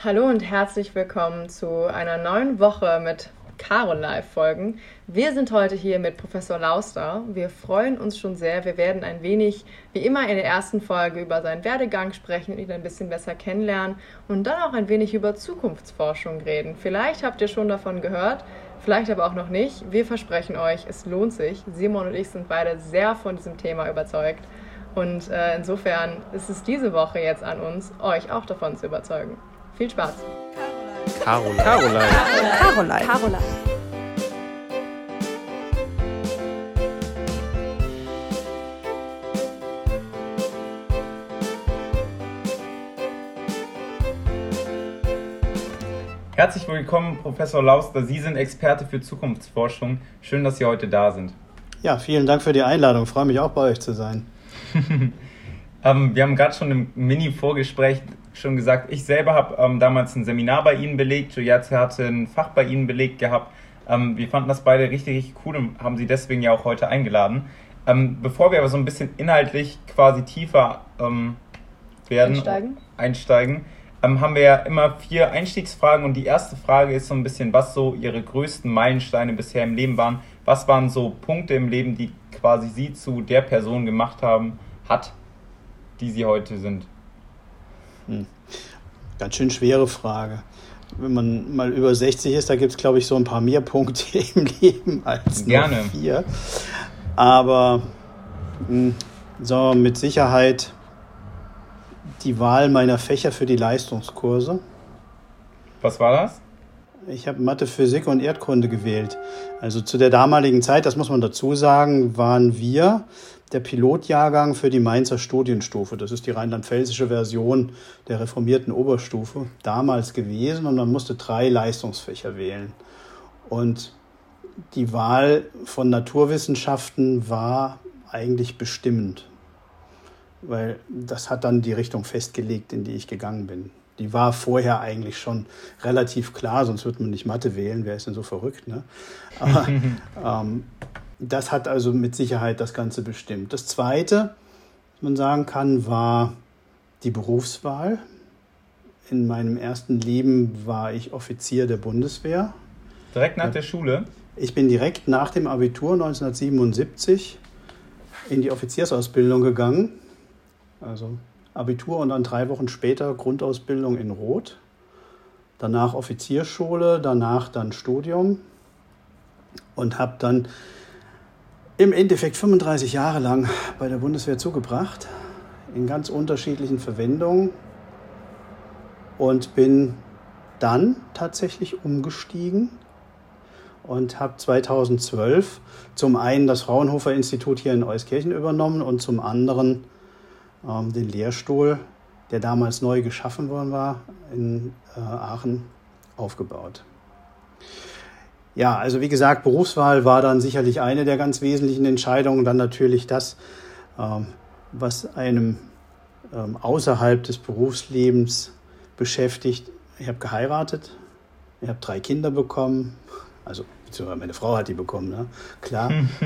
Hallo und herzlich willkommen zu einer neuen Woche mit Caro Live-Folgen. Wir sind heute hier mit Professor Lauster. Wir freuen uns schon sehr. Wir werden ein wenig, wie immer in der ersten Folge, über seinen Werdegang sprechen und ihn ein bisschen besser kennenlernen und dann auch ein wenig über Zukunftsforschung reden. Vielleicht habt ihr schon davon gehört, vielleicht aber auch noch nicht. Wir versprechen euch, es lohnt sich. Simon und ich sind beide sehr von diesem Thema überzeugt. Und insofern ist es diese Woche jetzt an uns, euch auch davon zu überzeugen. Viel Spaß. Caroline. Herzlich willkommen, Professor Lauster. Sie sind Experte für Zukunftsforschung. Schön, dass Sie heute da sind. Ja, vielen Dank für die Einladung. Ich freue mich auch, bei euch zu sein. Wir haben gerade schon im Mini-Vorgespräch schon gesagt, ich selber habe damals ein Seminar bei Ihnen belegt. Juliette hatte ein Fach bei Ihnen belegt gehabt. Wir fanden das beide richtig cool und haben Sie deswegen ja auch heute eingeladen. Bevor wir aber so ein bisschen inhaltlich quasi tiefer einsteigen, haben wir ja immer 4 Einstiegsfragen und die erste Frage ist so ein bisschen, was so Ihre größten Meilensteine bisher im Leben waren. Was waren so Punkte im Leben, die quasi Sie zu der Person gemacht hat, die Sie heute sind? Ganz schön schwere Frage. Wenn man mal über 60 ist, da gibt es, glaube ich, so ein paar mehr Punkte im Leben als nur 4. Aber so mit Sicherheit die Wahl meiner Fächer für die Leistungskurse. Was war das? Ich habe Mathe, Physik und Erdkunde gewählt. Also zu der damaligen Zeit, das muss man dazu sagen, waren wir der Pilotjahrgang für die Mainzer Studienstufe. Das ist die rheinland-pfälzische Version der reformierten Oberstufe damals gewesen. Und man musste 3 Leistungsfächer wählen. Und die Wahl von Naturwissenschaften war eigentlich bestimmend, weil das hat dann die Richtung festgelegt, in die ich gegangen bin. Die war vorher eigentlich schon relativ klar, sonst würde man nicht Mathe wählen, wer ist denn so verrückt, ne? Aber das hat also mit Sicherheit das Ganze bestimmt. Das Zweite, was man sagen kann, war die Berufswahl. In meinem ersten Leben war ich Offizier der Bundeswehr. Direkt nach der Schule? Ich bin direkt nach dem Abitur 1977 in die Offiziersausbildung gegangen. Also Abitur und dann 3 Wochen später Grundausbildung in Roth. Danach Offiziersschule, danach dann Studium. Und habe dann im Endeffekt 35 Jahre lang bei der Bundeswehr zugebracht, in ganz unterschiedlichen Verwendungen. Und bin dann tatsächlich umgestiegen und habe 2012 zum einen das Fraunhofer-Institut hier in Euskirchen übernommen und zum anderen den Lehrstuhl, der damals neu geschaffen worden war, in Aachen aufgebaut. Ja, also wie gesagt, Berufswahl war dann sicherlich eine der ganz wesentlichen Entscheidungen. Dann natürlich das, was einem außerhalb des Berufslebens beschäftigt. Ich habe geheiratet, ich habe 3 Kinder bekommen, also beziehungsweise meine Frau hat die bekommen, ne? Klar.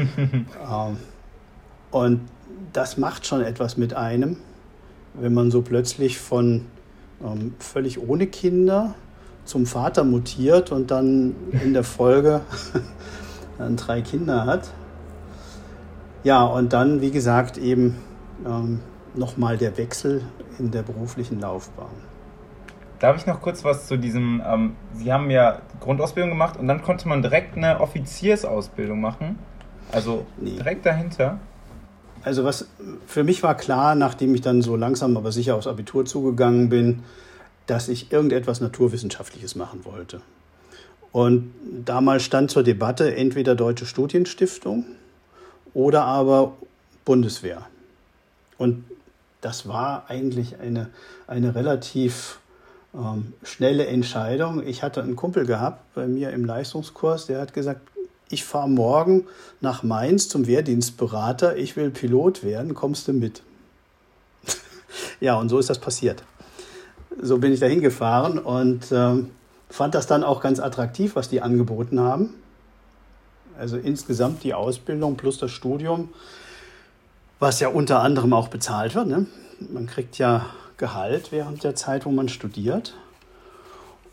Und das macht schon etwas mit einem, wenn man so plötzlich von völlig ohne Kinder zum Vater mutiert und dann in der Folge dann 3 Kinder hat. Ja, und dann, wie gesagt, eben nochmal der Wechsel in der beruflichen Laufbahn. Darf ich noch kurz was zu diesem, Sie haben ja Grundausbildung gemacht und dann konnte man direkt eine Offiziersausbildung machen? Also direkt dahinter? Also was für mich war klar, nachdem ich dann so langsam aber sicher aufs Abitur zugegangen bin, dass ich irgendetwas Naturwissenschaftliches machen wollte. Und damals stand zur Debatte entweder Deutsche Studienstiftung oder aber Bundeswehr. Und das war eigentlich eine relativ schnelle Entscheidung. Ich hatte einen Kumpel gehabt bei mir im Leistungskurs, der hat gesagt, ich fahre morgen nach Mainz zum Wehrdienstberater, ich will Pilot werden, kommst du mit? Ja, und so ist das passiert. So bin ich da hingefahren und fand das dann auch ganz attraktiv, was die angeboten haben. Also insgesamt die Ausbildung plus das Studium, was ja unter anderem auch bezahlt wird, ne? Man kriegt ja Gehalt während der Zeit, wo man studiert.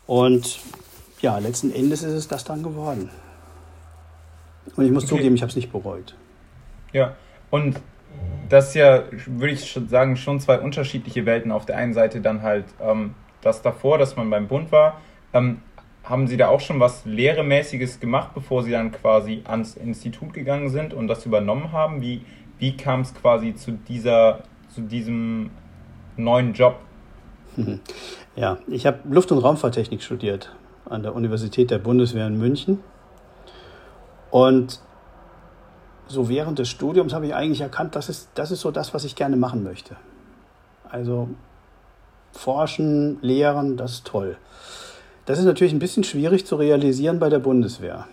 Und ja, letzten Endes ist es das dann geworden. Und ich muss zugeben, ich habe es nicht bereut. Ja, und das ist ja, würde ich schon sagen, schon zwei unterschiedliche Welten. Auf der einen Seite dann halt das davor, dass man beim Bund war. Haben Sie da auch schon was Lehremäßiges gemacht, bevor Sie dann quasi ans Institut gegangen sind und das übernommen haben? Wie kam es quasi zu diesem neuen Job? Ja, ich habe Luft- und Raumfahrttechnik studiert an der Universität der Bundeswehr in München. Und so während des Studiums habe ich eigentlich erkannt, das ist so das, was ich gerne machen möchte. Also forschen, lehren, das ist toll. Das ist natürlich ein bisschen schwierig zu realisieren bei der Bundeswehr.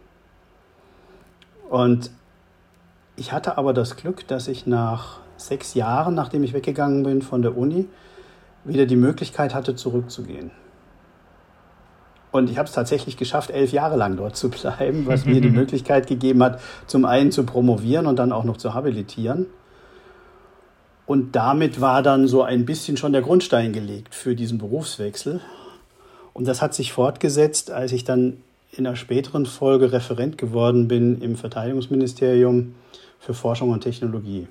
Und ich hatte aber das Glück, dass ich nach 6 Jahren, nachdem ich weggegangen bin von der Uni, wieder die Möglichkeit hatte, zurückzugehen. Und ich habe es tatsächlich geschafft, 11 Jahre lang dort zu bleiben, was mir die Möglichkeit gegeben hat, zum einen zu promovieren und dann auch noch zu habilitieren. Und damit war dann so ein bisschen schon der Grundstein gelegt für diesen Berufswechsel. Und das hat sich fortgesetzt, als ich dann in einer späteren Folge Referent geworden bin im Verteidigungsministerium für Forschung und Technologie.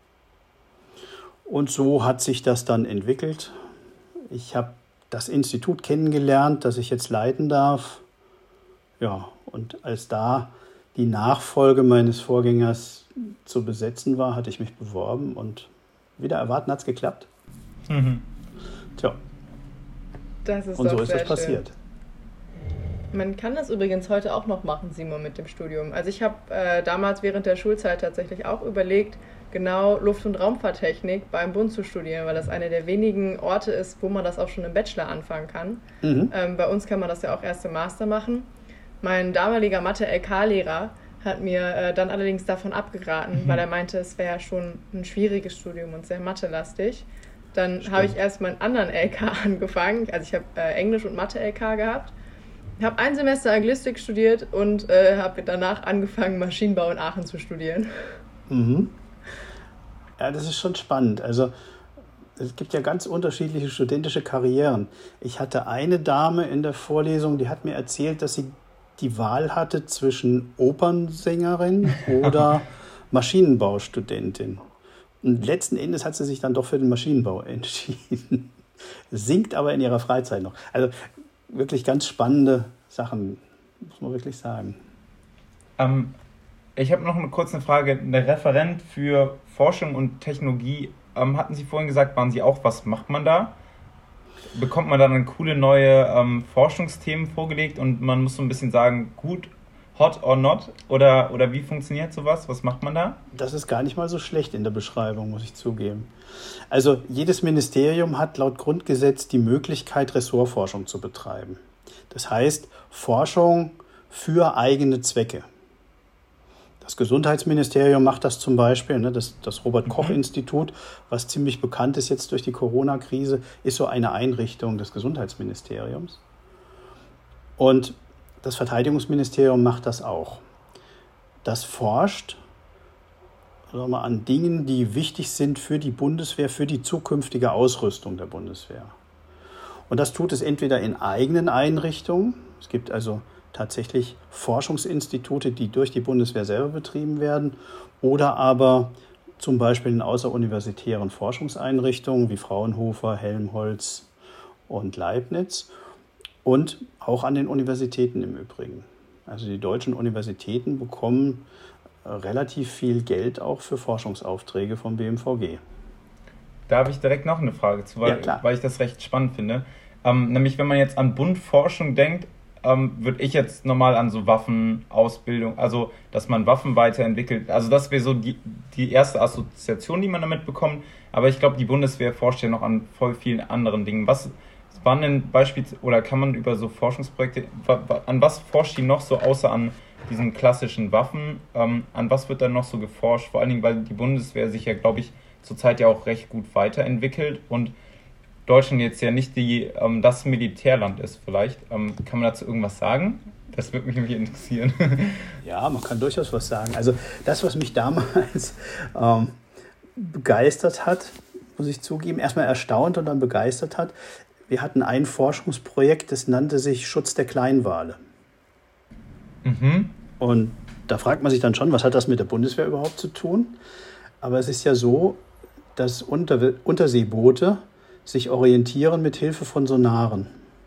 Und so hat sich das dann entwickelt. Ich habe das Institut kennengelernt, das ich jetzt leiten darf. Ja, und als da die Nachfolge meines Vorgängers zu besetzen war, hatte ich mich beworben und wieder erwarten hat es geklappt. Tja. Das ist und doch so ist sehr das passiert. Schön. Man kann das übrigens heute auch noch machen, Simon, mit dem Studium. Also ich habe damals während der Schulzeit tatsächlich auch überlegt, genau Luft- und Raumfahrttechnik beim Bund zu studieren, weil das eine der wenigen Orte ist, wo man das auch schon im Bachelor anfangen kann. Bei uns kann man das ja auch erst im Master machen. Mein damaliger Mathe-LK-Lehrer hat mir dann allerdings davon abgeraten, weil er meinte, es wäre ja schon ein schwieriges Studium und sehr mathelastig. Dann habe ich erst meinen anderen LK angefangen, also ich habe Englisch und Mathe-LK gehabt, habe ein Semester Anglistik studiert und habe danach angefangen, Maschinenbau in Aachen zu studieren. Ja, das ist schon spannend. Also es gibt ja ganz unterschiedliche studentische Karrieren. Ich hatte eine Dame in der Vorlesung, die hat mir erzählt, dass sie die Wahl hatte zwischen Opernsängerin oder Maschinenbaustudentin. Und letzten Endes hat sie sich dann doch für den Maschinenbau entschieden. Singt aber in ihrer Freizeit noch. Also wirklich ganz spannende Sachen, muss man wirklich sagen. Ich habe noch eine kurze Frage. Der Referent für Forschung und Technologie, hatten Sie vorhin gesagt, waren Sie auch, was macht man da? Bekommt man dann coole neue Forschungsthemen vorgelegt und man muss so ein bisschen sagen, gut, hot or not? Oder wie funktioniert sowas? Was macht man da? Das ist gar nicht mal so schlecht in der Beschreibung, muss ich zugeben. Also jedes Ministerium hat laut Grundgesetz die Möglichkeit, Ressortforschung zu betreiben. Das heißt, Forschung für eigene Zwecke. Das Gesundheitsministerium macht das zum Beispiel, das Robert-Koch-Institut, was ziemlich bekannt ist jetzt durch die Corona-Krise, ist so eine Einrichtung des Gesundheitsministeriums. Und das Verteidigungsministerium macht das auch. Das forscht an Dingen, die wichtig sind für die Bundeswehr, für die zukünftige Ausrüstung der Bundeswehr. Und das tut es entweder in eigenen Einrichtungen, es gibt also tatsächlich Forschungsinstitute, die durch die Bundeswehr selber betrieben werden, oder aber zum Beispiel in außeruniversitären Forschungseinrichtungen wie Fraunhofer, Helmholtz und Leibniz und auch an den Universitäten im Übrigen. Also die deutschen Universitäten bekommen relativ viel Geld auch für Forschungsaufträge vom BMVG. Da habe ich direkt noch eine Frage zu, weil ich das recht spannend finde. Nämlich, wenn man jetzt an Bundforschung denkt, würde ich jetzt normal an so Waffenausbildung, also dass man Waffen weiterentwickelt, also das wäre so die erste Assoziation, die man damit bekommt, aber ich glaube, die Bundeswehr forscht ja noch an voll vielen anderen Dingen. Was waren denn oder kann man über so Forschungsprojekte, an was forscht die noch so, außer an diesen klassischen Waffen, an was wird dann noch so geforscht, vor allen Dingen, weil die Bundeswehr sich ja, glaube ich, zurzeit ja auch recht gut weiterentwickelt und Deutschland jetzt ja nicht das Militärland ist vielleicht. Kann man dazu irgendwas sagen? Das würde mich nämlich interessieren. Ja, man kann durchaus was sagen. Also das, was mich damals begeistert hat, muss ich zugeben, erstmal erstaunt und dann begeistert hat, wir hatten ein Forschungsprojekt, das nannte sich Schutz der Kleinwale. Mhm. Und da fragt man sich dann schon, was hat das mit der Bundeswehr überhaupt zu tun? Aber es ist ja so, dass Unterseeboote sich orientieren mit Hilfe von Sonaren.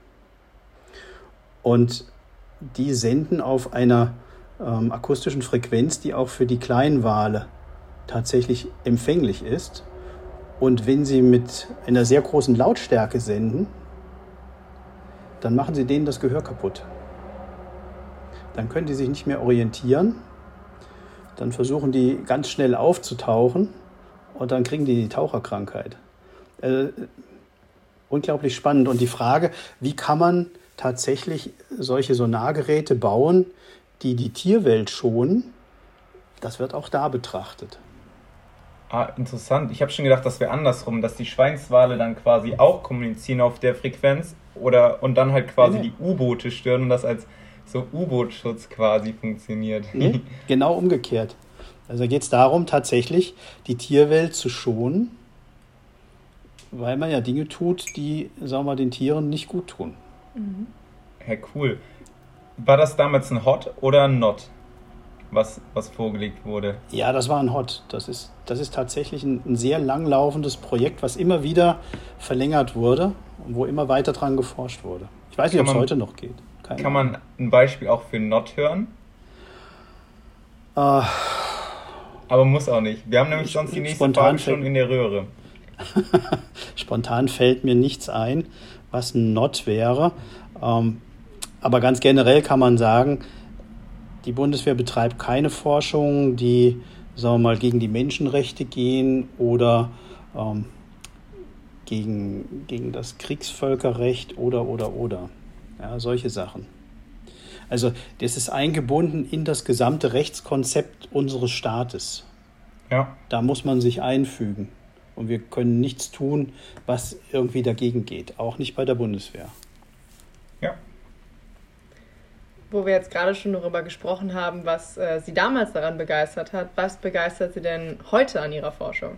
Und die senden auf einer akustischen Frequenz, die auch für die Kleinwale tatsächlich empfänglich ist. Und wenn sie mit einer sehr großen Lautstärke senden, dann machen sie denen das Gehör kaputt. Dann können die sich nicht mehr orientieren. Dann versuchen die ganz schnell aufzutauchen und dann kriegen die Taucherkrankheit. Unglaublich spannend. Und die Frage, wie kann man tatsächlich solche Sonargeräte bauen, die die Tierwelt schonen, das wird auch da betrachtet. Interessant. Ich habe schon gedacht, das wäre andersrum, dass die Schweinswale dann quasi auch kommunizieren auf der Frequenz und dann halt quasi die U-Boote stören und das als so U-Boot-Schutz quasi funktioniert. Nee, genau umgekehrt. Also geht es darum, tatsächlich die Tierwelt zu schonen, weil man ja Dinge tut, die, sagen wir mal, den Tieren nicht gut tun. Mhm. Ja, cool. War das damals ein Hot oder ein Not, was vorgelegt wurde? Ja, das war ein Hot. Das ist tatsächlich ein sehr langlaufendes Projekt, was immer wieder wurde und wo immer weiter dran geforscht wurde. Ich weiß nicht, ob es heute noch geht. Kann man ein Beispiel auch für Not hören? Aber muss auch nicht. Wir haben nämlich sonst die nächste Frage schon in der Röhre. Spontan fällt mir nichts ein, was ein Not wäre. Aber ganz generell kann man sagen, die Bundeswehr betreibt keine Forschung, die, sagen wir mal, gegen die Menschenrechte gehen oder gegen das Kriegsvölkerrecht oder. Ja, solche Sachen. Also das ist eingebunden in das gesamte Rechtskonzept unseres Staates. Ja. Da muss man sich einfügen. Und wir können nichts tun, was irgendwie dagegen geht. Auch nicht bei der Bundeswehr. Ja. Wo wir jetzt gerade schon darüber gesprochen haben, was Sie damals daran begeistert hat, was begeistert Sie denn heute an Ihrer Forschung?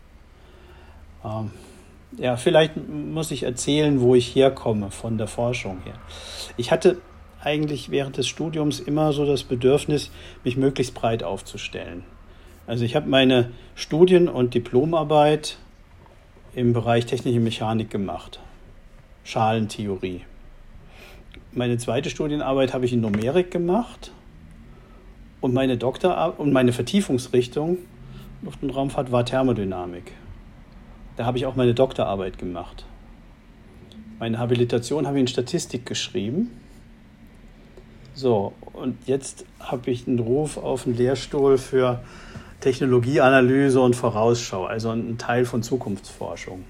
Ja, vielleicht muss ich erzählen, wo ich herkomme von der Forschung her. Ich hatte eigentlich während des Studiums immer so das Bedürfnis, mich möglichst breit aufzustellen. Also ich habe meine Studien- und Diplomarbeit im Bereich Technische Mechanik gemacht, Schalentheorie. Meine zweite Studienarbeit habe ich in Numerik gemacht und meine Vertiefungsrichtung Luft- und Raumfahrt war Thermodynamik. Da habe ich auch meine Doktorarbeit gemacht. Meine Habilitation habe ich in Statistik geschrieben. So, und jetzt habe ich einen Ruf auf einen Lehrstuhl für Technologieanalyse und Vorausschau, also ein Teil von Zukunftsforschung.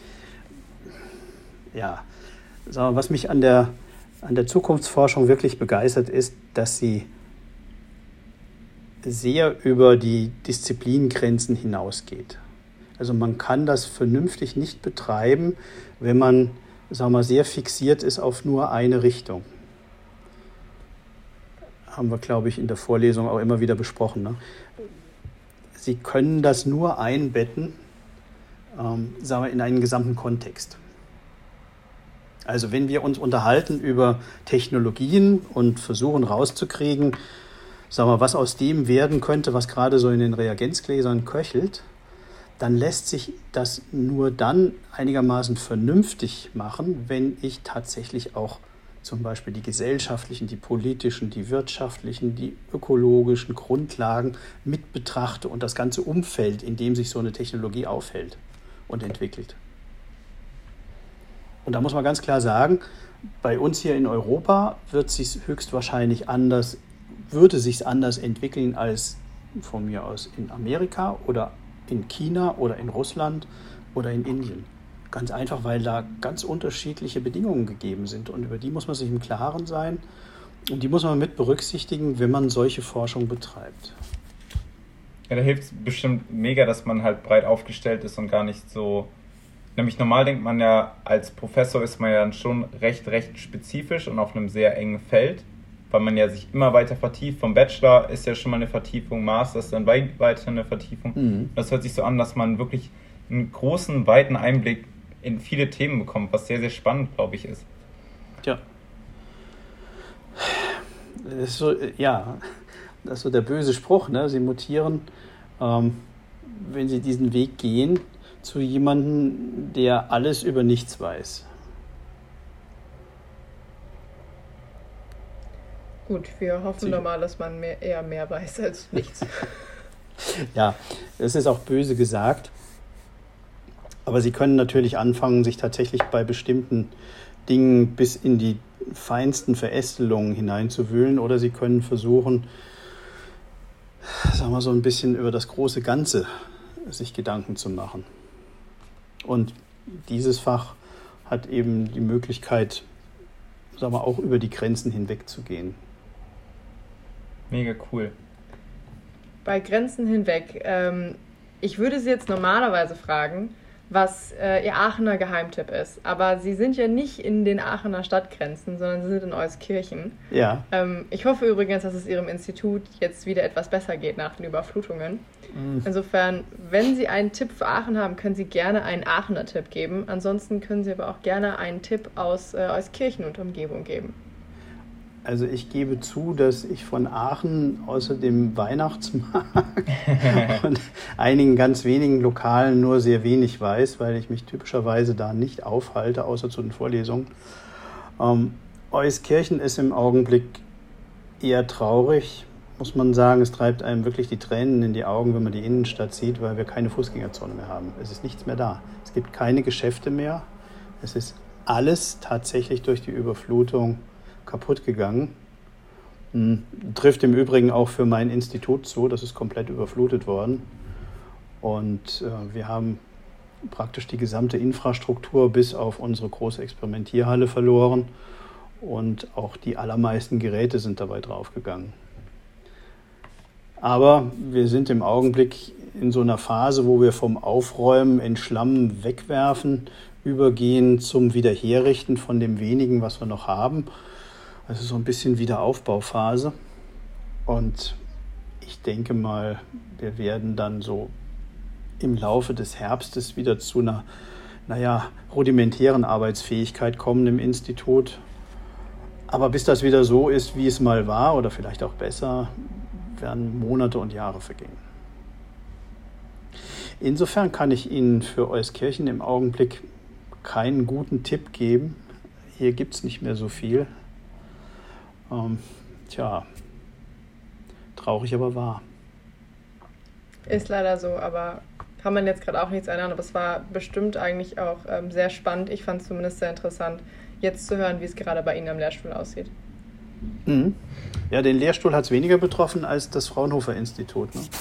Ja, sagen wir, was mich an der Zukunftsforschung wirklich begeistert, ist, dass sie sehr über die Disziplingrenzen hinausgeht. Also man kann das vernünftig nicht betreiben, wenn man, sagen wir, sehr fixiert ist auf nur eine Richtung. Haben wir, glaube ich, in der Vorlesung auch immer wieder besprochen. Ne? Sie können das nur einbetten, sagen wir, in einen gesamten Kontext. Also wenn wir uns unterhalten über Technologien und versuchen rauszukriegen, sagen wir, was aus dem werden könnte, was gerade so in den Reagenzgläsern köchelt, dann lässt sich das nur dann einigermaßen vernünftig machen, wenn ich tatsächlich auch zum Beispiel die gesellschaftlichen, die politischen, die wirtschaftlichen, die ökologischen Grundlagen mit betrachte und das ganze Umfeld, in dem sich so eine Technologie aufhält und entwickelt. Und da muss man ganz klar sagen, bei uns hier in Europa würde es sich höchstwahrscheinlich anders entwickeln als von mir aus in Amerika oder in China oder in Russland oder in Indien. Ganz einfach, weil da ganz unterschiedliche Bedingungen gegeben sind und über die muss man sich im Klaren sein und die muss man mit berücksichtigen, wenn man solche Forschung betreibt. Ja, da hilft es bestimmt mega, dass man halt breit aufgestellt ist und gar nicht so... Nämlich normal denkt man ja, als Professor ist man ja dann schon recht spezifisch und auf einem sehr engen Feld, weil man ja sich immer weiter vertieft. Vom Bachelor ist ja schon mal eine Vertiefung, Master ist dann weiter eine Vertiefung. Das hört sich so an, dass man wirklich einen großen, weiten Einblick in viele Themen bekommt, was sehr, sehr spannend, glaube ich, ist. Tja. Das ist so, ja, das ist so der böse Spruch, ne? Sie mutieren, wenn sie diesen Weg gehen, zu jemandem, der alles über nichts weiß. Gut, wir hoffen doch mal, dass man eher mehr weiß als nichts. Ja, das ist auch böse gesagt. Aber Sie können natürlich anfangen, sich tatsächlich bei bestimmten Dingen bis in die feinsten Verästelungen hineinzuwühlen. Oder Sie können versuchen, sagen wir so ein bisschen über das große Ganze sich Gedanken zu machen. Und dieses Fach hat eben die Möglichkeit, sagen wir, auch über die Grenzen hinweg zu gehen. Mega cool. Bei Grenzen hinweg. Ich würde Sie jetzt normalerweise fragen, was Ihr Aachener Geheimtipp ist. Aber Sie sind ja nicht in den Aachener Stadtgrenzen, sondern Sie sind in Euskirchen. Ja. Ich hoffe übrigens, dass es Ihrem Institut jetzt wieder etwas besser geht nach den Überflutungen. Insofern, wenn Sie einen Tipp für Aachen haben, können Sie gerne einen Aachener Tipp geben. Ansonsten können Sie aber auch gerne einen Tipp aus Euskirchen und Umgebung geben. Also ich gebe zu, dass ich von Aachen außer dem Weihnachtsmarkt und einigen ganz wenigen Lokalen nur sehr wenig weiß, weil ich mich typischerweise da nicht aufhalte, außer zu den Vorlesungen. Euskirchen ist im Augenblick eher traurig, muss man sagen. Es treibt einem wirklich die Tränen in die Augen, wenn man die Innenstadt sieht, weil wir keine Fußgängerzone mehr haben. Es ist nichts mehr da. Es gibt keine Geschäfte mehr. Es ist alles tatsächlich durch die Überflutung kaputt gegangen. Trifft im Übrigen auch für mein Institut zu, das ist komplett überflutet worden. Und wir haben praktisch die gesamte Infrastruktur bis auf unsere große Experimentierhalle verloren und auch die allermeisten Geräte sind dabei draufgegangen. Aber wir sind im Augenblick in so einer Phase, wo wir vom Aufräumen, Entschlammen, Wegwerfen übergehen zum Wiederherrichten von dem wenigen, was wir noch haben. Also so ein bisschen Wiederaufbauphase. Und ich denke mal, wir werden dann so im Laufe des Herbstes wieder zu einer, rudimentären Arbeitsfähigkeit kommen im Institut. Aber bis das wieder so ist, wie es mal war, oder vielleicht auch besser, werden Monate und Jahre vergehen. Insofern kann ich Ihnen für Euskirchen im Augenblick keinen guten Tipp geben. Hier gibt es nicht mehr so viel. Traurig, aber wahr. Ist leider so, aber kann man jetzt gerade auch nichts ändern. Aber es war bestimmt eigentlich auch sehr spannend. Ich fand es zumindest sehr interessant, jetzt zu hören, wie es gerade bei Ihnen am Lehrstuhl aussieht. Mhm. Ja, den Lehrstuhl hat es weniger betroffen als das Fraunhofer-Institut. Ne?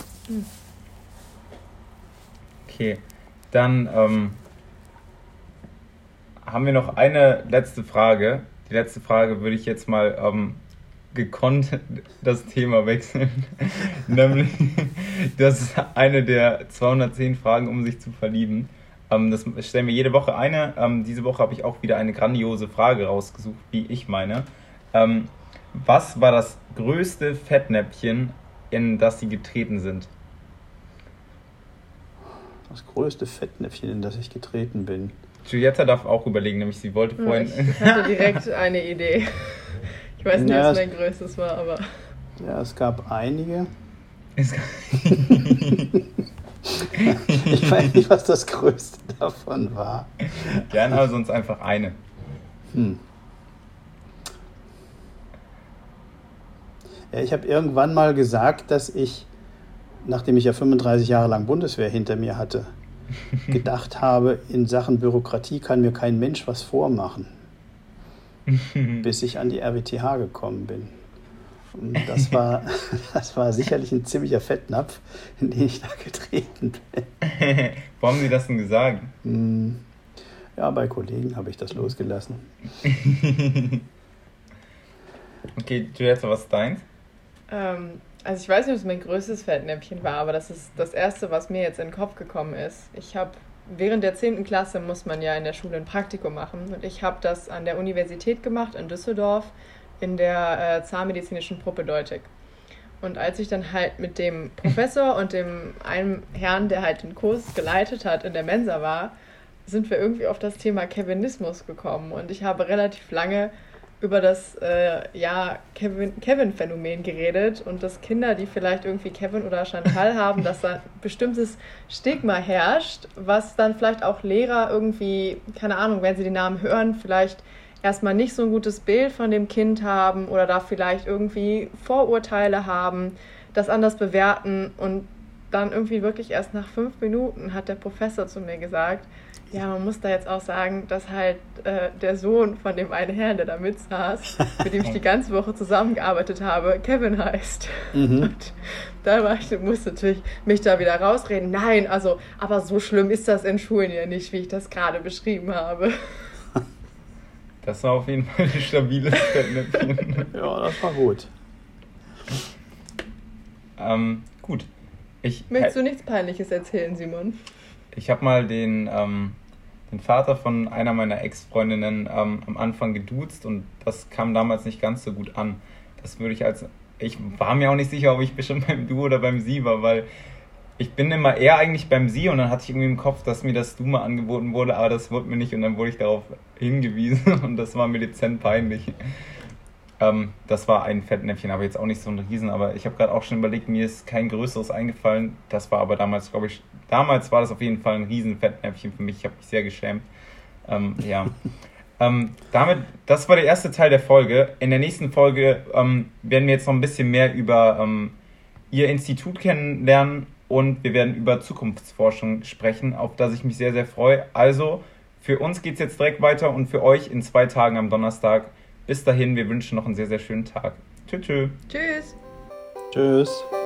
Okay, dann haben wir noch eine letzte Frage. Die letzte Frage würde ich jetzt mal gekonnt das Thema wechseln. Nämlich, das ist eine der 210 Fragen, um sich zu verlieben. Das stellen wir jede Woche eine. Diese Woche habe ich auch wieder eine grandiose Frage rausgesucht, wie ich meine. Was war das größte Fettnäpfchen, in das Sie getreten sind? Das größte Fettnäpfchen, in das ich getreten bin. Giulietta darf auch überlegen, nämlich sie wollte vorhin... Ich hatte direkt eine Idee. Ich weiß nicht, was mein größtes war, aber... Ja, es gab einige. Es Ich weiß nicht, was das größte davon war. Gerne, aber sonst einfach eine. Ja, ich habe irgendwann mal gesagt, dass ich, nachdem ich ja 35 Jahre lang Bundeswehr hinter mir hatte, gedacht habe, in Sachen Bürokratie kann mir kein Mensch was vormachen, bis ich an die RWTH gekommen bin. Und das war sicherlich ein ziemlicher Fettnapf, in den ich da getreten bin. Wo haben Sie das denn gesagt? Ja, bei Kollegen habe ich das losgelassen. Okay, Giulietta, was ist deins? Also ich weiß nicht, ob es mein größtes Fettnäpfchen war, aber das ist das Erste, was mir jetzt in den Kopf gekommen ist. Ich habe während der 10. Klasse muss man ja in der Schule ein Praktikum machen und ich habe das an der Universität gemacht in Düsseldorf in der zahnmedizinischen Propedeutik. Und als ich dann halt mit dem Professor und einem Herrn, der halt den Kurs geleitet hat, in der Mensa war, sind wir irgendwie auf das Thema Kevinismus gekommen. Und ich habe relativ lange über das Kevin-Phänomen geredet und dass Kinder, die vielleicht irgendwie Kevin oder Chantal haben, dass da ein bestimmtes Stigma herrscht, was dann vielleicht auch Lehrer irgendwie, keine Ahnung, wenn sie den Namen hören, vielleicht erstmal nicht so ein gutes Bild von dem Kind haben oder da vielleicht irgendwie Vorurteile haben, das anders bewerten und dann irgendwie wirklich erst nach 5 Minuten hat der Professor zu mir gesagt, ja, man muss da jetzt auch sagen, dass halt der Sohn von dem einen Herrn, der da mitsaß, mit dem ich die ganze Woche zusammengearbeitet habe, Kevin heißt. Und da musste natürlich mich da wieder rausreden. Nein, also, aber so schlimm ist das in Schulen ja nicht, wie ich das gerade beschrieben habe. Das war auf jeden Fall ein stabiles Fettnäpfchen. Ja, das war gut. Gut. Möchtest du nichts Peinliches erzählen, Simon? Ich habe mal den Vater von einer meiner Ex-Freundinnen am Anfang geduzt und das kam damals nicht ganz so gut an. Ich war mir auch nicht sicher, ob ich bestimmt beim Du oder beim Sie war, weil ich bin immer eher eigentlich beim Sie und dann hatte ich irgendwie im Kopf, dass mir das Du mal angeboten wurde, aber das wurde mir nicht und dann wurde ich darauf hingewiesen und das war mir dezent peinlich. Das war ein Fettnäpfchen, aber jetzt auch nicht so ein Riesen, aber ich habe gerade auch schon überlegt, mir ist kein größeres eingefallen. Das war aber damals, glaube ich, damals war das auf jeden Fall ein riesen Fettnäpfchen für mich. Ich habe mich sehr geschämt. Das war der erste Teil der Folge. In der nächsten Folge werden wir jetzt noch ein bisschen mehr über Ihr Institut kennenlernen und wir werden über Zukunftsforschung sprechen, auf das ich mich sehr, sehr freue. Also, für uns geht es jetzt direkt weiter und für euch in 2 Tagen am Donnerstag. Bis dahin, wir wünschen noch einen sehr, sehr schönen Tag. Tschüss. Tschüss. Tschüss.